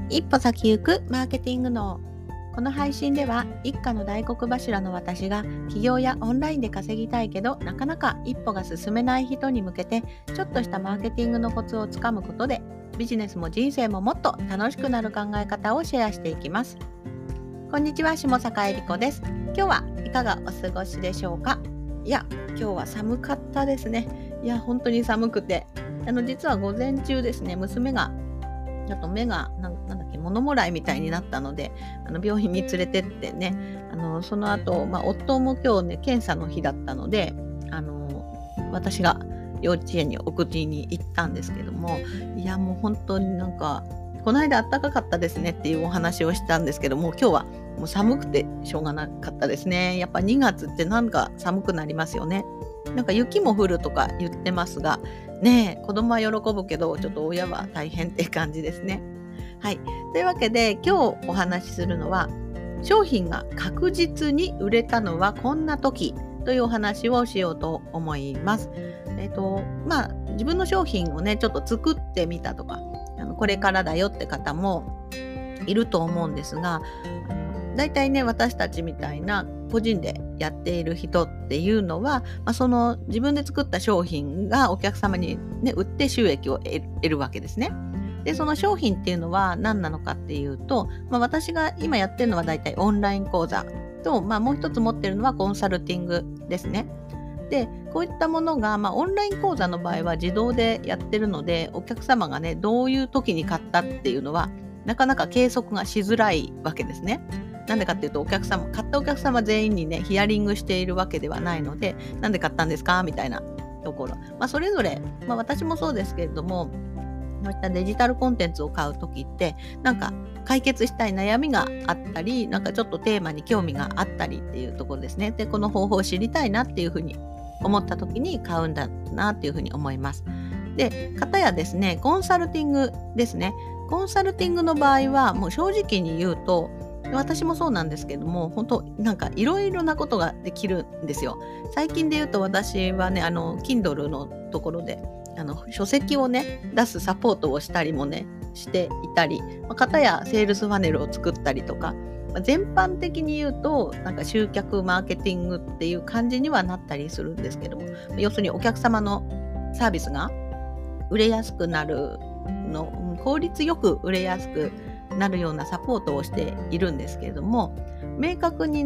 一歩先行くマーケティング脳。この配信では一家の大黒柱の私が起業やオンラインで稼ぎたいけどなかなか一歩が進めない人に向けてちょっとしたマーケティングのコツをつかむことでビジネスも人生ももっと楽しくなる考え方をシェアしていきます。こんにちは、下坂恵理子です。今日はいかがお過ごしでしょうか。いや、今日は寒かったですね。いや、本当に寒くて実は午前中ですね、娘がちょっと目が物もらいみたいになったので病院に連れてってね、その後、夫も今日ね検査の日だったので私が幼稚園に送りに行ったんですけども、いやもう本当にこの間暖かかったですねっていうお話をしたんですけども、今日はもう寒くてしょうがなかったですね。やっぱ2月って寒くなりますよね。雪も降るとか言ってますがね、子供は喜ぶけどちょっと親は大変って感じですね。はい、というわけで今日お話しするのは、商品が確実に売れたのはこんな時というお話をしようと思います。自分の商品をねちょっと作ってみたとかこれからだよって方もいると思うんですが、だいたいね私たちみたいな個人でやっている人っていうのは、その自分で作った商品がお客様に、売って収益を得るわけですね。でその商品っていうのは何なのかっていうと、私が今やってるのはだいたいオンライン講座と、もう一つ持ってるのはコンサルティングですね。でこういったものが、オンライン講座の場合は自動でやってるので、お客様がねどういう時に買ったっていうのはなかなか計測がしづらいわけですね。なんでかっていうと、買ったお客様全員にねヒアリングしているわけではないので、なんで買ったんですかみたいなところ、それぞれ、私もそうですけれども、こういったデジタルコンテンツを買うときって解決したい悩みがあったり、ちょっとテーマに興味があったりっていうところですね。でこの方法を知りたいなっていうふうに思ったときに買うんだなっていうふうに思います。で片やですね、コンサルティングですね。コンサルティングの場合はもう正直に言うと、私もそうなんですけども、本当いろいろなことができるんですよ。最近で言うと私はねKindle のところで書籍をね出すサポートをしたりもねしていたり、片やセールスファネルを作ったりとか、全般的に言うと集客マーケティングっていう感じにはなったりするんですけども、要するにお客様のサービスが売れやすくなるの、効率よく売れやすくなるようなサポートをしているんですけれども、明確に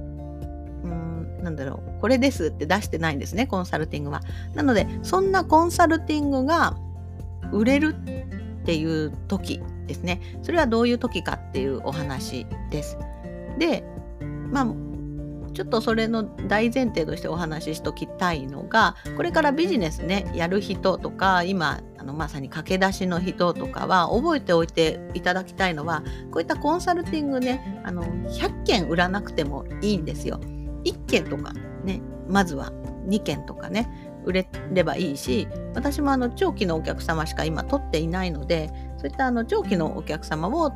これですって出してないんですね、コンサルティングは。なのでそんなコンサルティングが売れるっていう時ですね、それはどういう時かっていうお話です。でちょっとそれの大前提としてお話ししときたいのが、これからビジネスねやる人とか、今まさに駆け出しの人とかは覚えておいていただきたいのは、こういったコンサルティングね100件売らなくてもいいんですよ。1件とかね、まずは2件とかね売れればいいし、私も長期のお客様しか今取っていないので、そういった長期のお客様を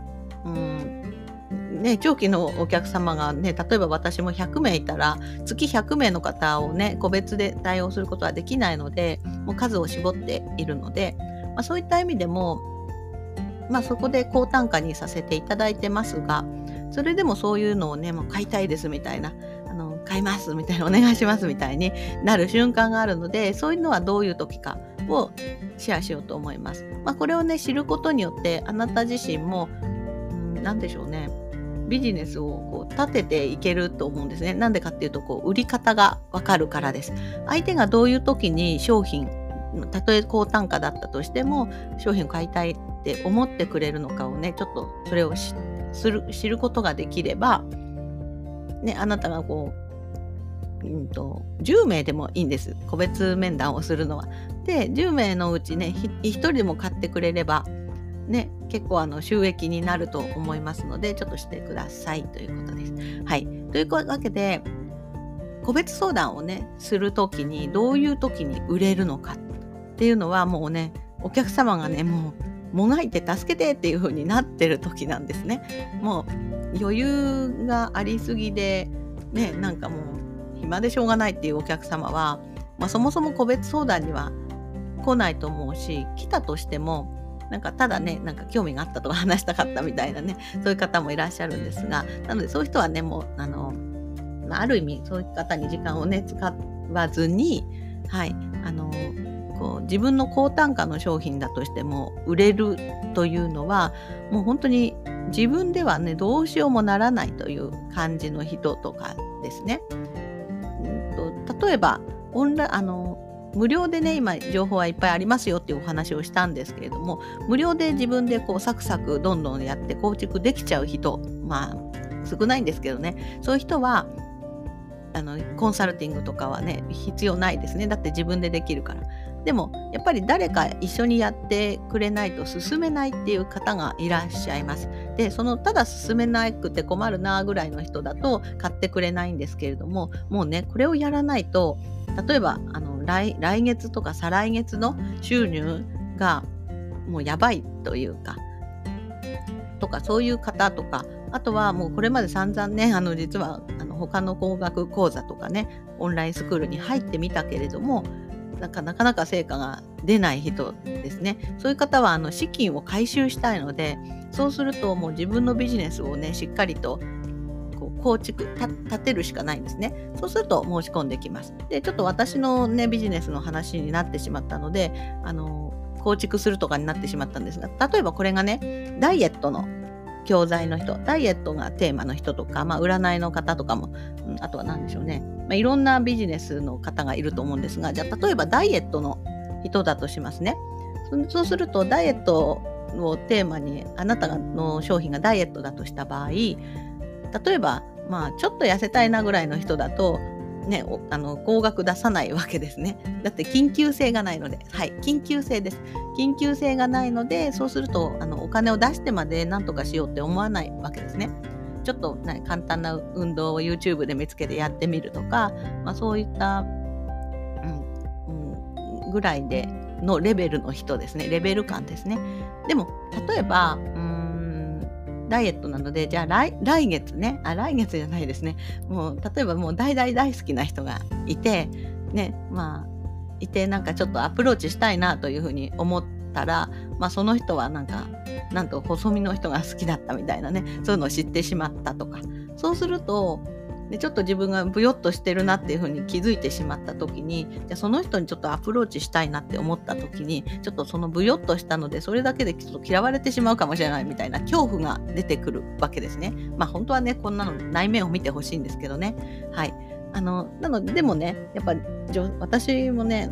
長期のお客様がね、例えば私も100名いたら月100名の方をね個別で対応することはできないので、もう数を絞っているので、そういった意味でもそこで高単価にさせていただいてますが、それでもそういうのをねもう買いたいですみたいな、買いますみたいな、お願いしますみたいになる瞬間があるので、そういうのはどういう時かをシェアしようと思います。これをね知ることによってあなた自身もビジネスを立てていけると思うんですね。なんでかっていうと売り方がわかるからです。相手がどういう時に商品、たとえ高単価だったとしても商品を買いたいって思ってくれるのかをね、ちょっとそれを知ることができれば、あなたが10名でもいいんです。個別面談をするのは。で10名のうちね1人でも買ってくれれば結構収益になると思いますので、ちょっとしてくださいということです。はい。というわけで、個別相談をねするときにどういうときに売れるのかっていうのは、もうねお客様がねもうもがいて助けてっていう風になってる時なんですね。もう余裕がありすぎでもう暇でしょうがないっていうお客様は、そもそも個別相談には来ないと思うし、来たとしてもなんかただね、なんか興味があったとか話したかったみたいなね、そういう方もいらっしゃるんですが、なのでそういう人はね、もうある意味そういう方に時間をね、使わずに、はい、こう自分の高単価の商品だとしても売れるというのは、もう本当に自分ではね、どうしようもならないという感じの人とかですね。例えば無料でね、今情報はいっぱいありますよっていうお話をしたんですけれども、無料で自分でこうサクサクどんどんやって構築できちゃう人、少ないんですけどね、そういう人はコンサルティングとかはね、必要ないですね。だって自分でできるから。でもやっぱり誰か一緒にやってくれないと進めないっていう方がいらっしゃいます。で、ただ進めなくて困るなぐらいの人だと買ってくれないんですけれども、もうね、これをやらないと、例えば来月とか再来月の収入がもうやばいというか、そういう方とか、あとはもうこれまで散々ね、実は他の工学講座とかね、オンラインスクールに入ってみたけれども、なかなか成果が出ない人ですね。そういう方は資金を回収したいので、そうするともう自分のビジネスをね、しっかりとこう構築立てるしかないんですね。そうすると申し込んできます。で、ちょっと私のね、ビジネスの話になってしまったので、構築するとかになってしまったんですが、例えばこれがね、ダイエットの教材の人、ダイエットがテーマの人とか、占いの方とかも、あとは何でしょうね、いろんなビジネスの方がいると思うんですが、じゃあ例えばダイエットの人だとしますね。そうするとダイエットをテーマにあなたの商品がダイエットだとした場合、例えばちょっと痩せたいなぐらいの人だとね、高額出さないわけですね。だって緊急性がないので、はい、緊急性です。緊急性がないので、そうするとお金を出してまで何とかしようって思わないわけですね。ちょっと、簡単な運動を YouTube で見つけてやってみるとか、そういった、ぐらいでのレベルの人ですね。レベル感ですね。でも例えばダイエットなので、じゃあ来月ね、来月じゃないですね。もう例えばもう大好きな人がいて、ね、いてなんかちょっとアプローチしたいなというふうに思ったら、その人はなんと細身の人が好きだったみたいなね、そういうのを知ってしまったとか。そうすると、ちょっと自分がブヨッとしてるなっていうふうに気づいてしまった時に、じゃあその人にちょっとアプローチしたいなって思った時に、ちょっとそのブヨッとしたのでそれだけでちょっと嫌われてしまうかもしれないみたいな恐怖が出てくるわけですね。本当はね、こんなの内面を見てほしいんですけどね。はい。なので、でもね、やっぱ私もね、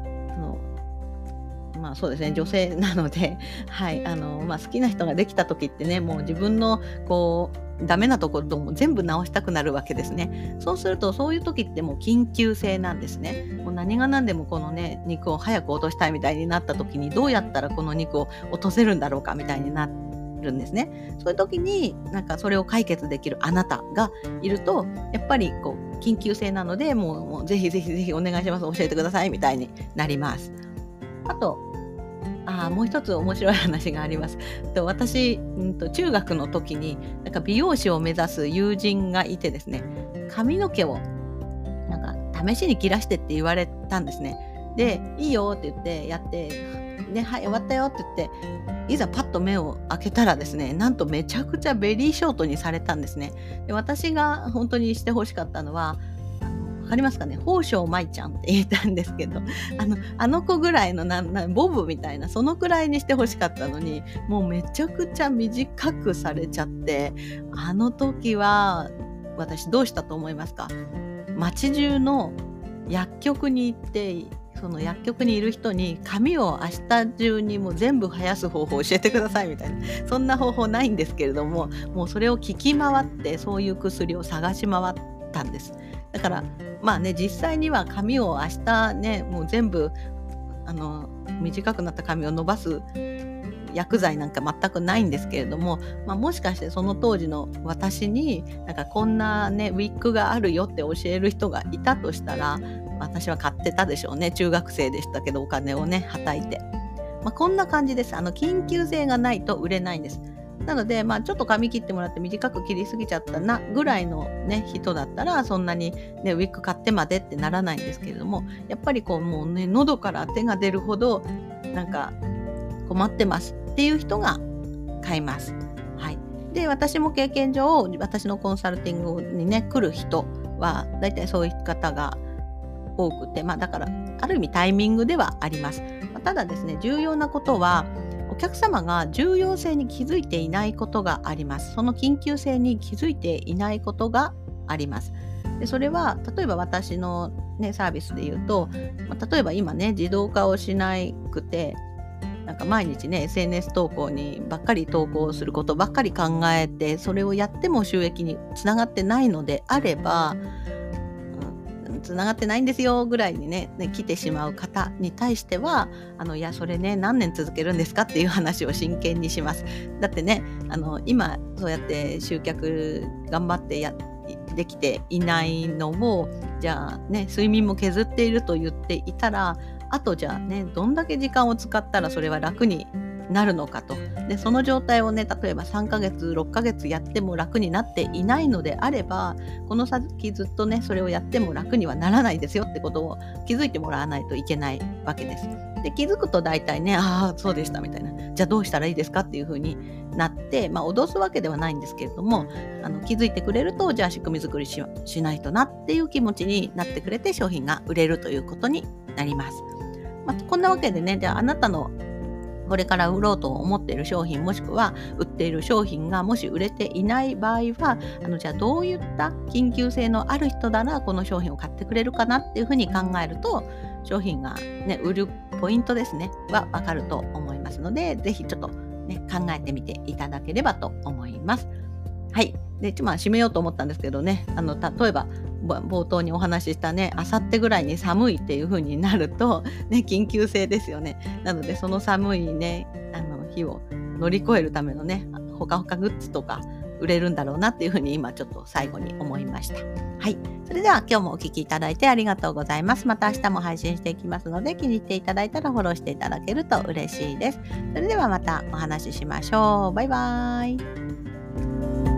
そうですね、女性なので、はい、好きな人ができた時ってね、もう自分のこうダメなところも全部直したくなるわけですね。そうすると、そういう時ってもう緊急性なんですね。もう何が何でもこのね、肉を早く落としたいみたいになった時に、どうやったらこの肉を落とせるんだろうかみたいになるんですね。そういう時にそれを解決できるあなたがいると、やっぱりこう緊急性なので、もうぜひお願いします、教えてくださいみたいになります。あと、もう一つ面白い話があります。私、中学の時に美容師を目指す友人がいてですね、髪の毛を試しに切らしてって言われたんですね。で、いいよって言ってやって、ね、はい、終わったよって言って、いざパッと目を開けたらですね、なんとめちゃくちゃベリーショートにされたんですね。で、私が本当にしてほしかったのは、わかりますかね、宝生舞ちゃんって言ったんですけど、あの子ぐらいのボブみたいな、そのくらいにしてほしかったのに、もうめちゃくちゃ短くされちゃって、あの時は私どうしたと思いますか？街中の薬局に行って、その薬局にいる人に髪を明日中にもう全部生やす方法を教えてくださいみたいな、そんな方法ないんですけれども、もうそれを聞き回ってそういう薬を探し回ったんです。だから実際には髪を明日ね、もう全部短くなった髪を伸ばす薬剤なんか全くないんですけれども、もしかしてその当時の私にこんなねウィッグがあるよって教える人がいたとしたら、私は買ってたでしょうね。中学生でしたけどお金をねはたいて、こんな感じです。緊急性がないと売れないんです。なので、ちょっと髪切ってもらって短く切りすぎちゃったなぐらいのね人だったら、そんなにねウィッグ買ってまでってならないんですけれども、やっぱりこうもうね喉から手が出るほど困ってます。 っていう人が買います。はい。で、私も経験上、私のコンサルティングにね、来る人は、だいたいそういう方が多くて、だから、ある意味タイミングではあります。ただですね、重要なことは、お客様が重要性に気づいていないことがあります。その緊急性に気づいていないことがあります。で、それは、例えば私のね、サービスで言うと、例えば今ね、自動化をしなくて、なんか毎日ね、SNS 投稿にばっかり投稿することばっかり考えて、それをやっても収益につながってないのであれば、つながってないんですよぐらいにね、来てしまう方に対しては、いや、それね、何年続けるんですかっていう話を真剣にします。だってね、今、そうやって集客頑張ってできていないのを、じゃあね、睡眠も削っていると言っていたら、あとじゃあね、どんだけ時間を使ったらそれは楽になるのかと。で、その状態をね、例えば3ヶ月、6ヶ月やっても楽になっていないのであれば、この先ずっとね、それをやっても楽にはならないですよってことを気づいてもらわないといけないわけです。で、気づくと大体ね、ああ、そうでしたみたいな。じゃあどうしたらいいですかっていう風になって、脅すわけではないんですけれども、気づいてくれると、じゃあ仕組み作りしないとなっていう気持ちになってくれて、商品が売れるということになります。こんなわけでね、じゃああなたのこれから売ろうと思っている商品、もしくは売っている商品がもし売れていない場合は、じゃあどういった緊急性のある人ならこの商品を買ってくれるかなっていうふうに考えると、商品がね、売るポイントですね、はわかると思いますので、ぜひちょっとね、考えてみていただければと思います。はい。で、締めようと思ったんですけどね、例えば、冒頭にお話ししたね、あさってぐらいに寒いっていう風になると、ね、緊急性ですよね。なので、その寒いね、日を乗り越えるためのね、ほかほかグッズとか売れるんだろうなっていう風に今ちょっと最後に思いました。はい。それでは今日もお聞きいただいてありがとうございます。また明日も配信していきますので、気に入っていただいたらフォローしていただけると嬉しいです。それではまたお話ししましょう。バイバーイ。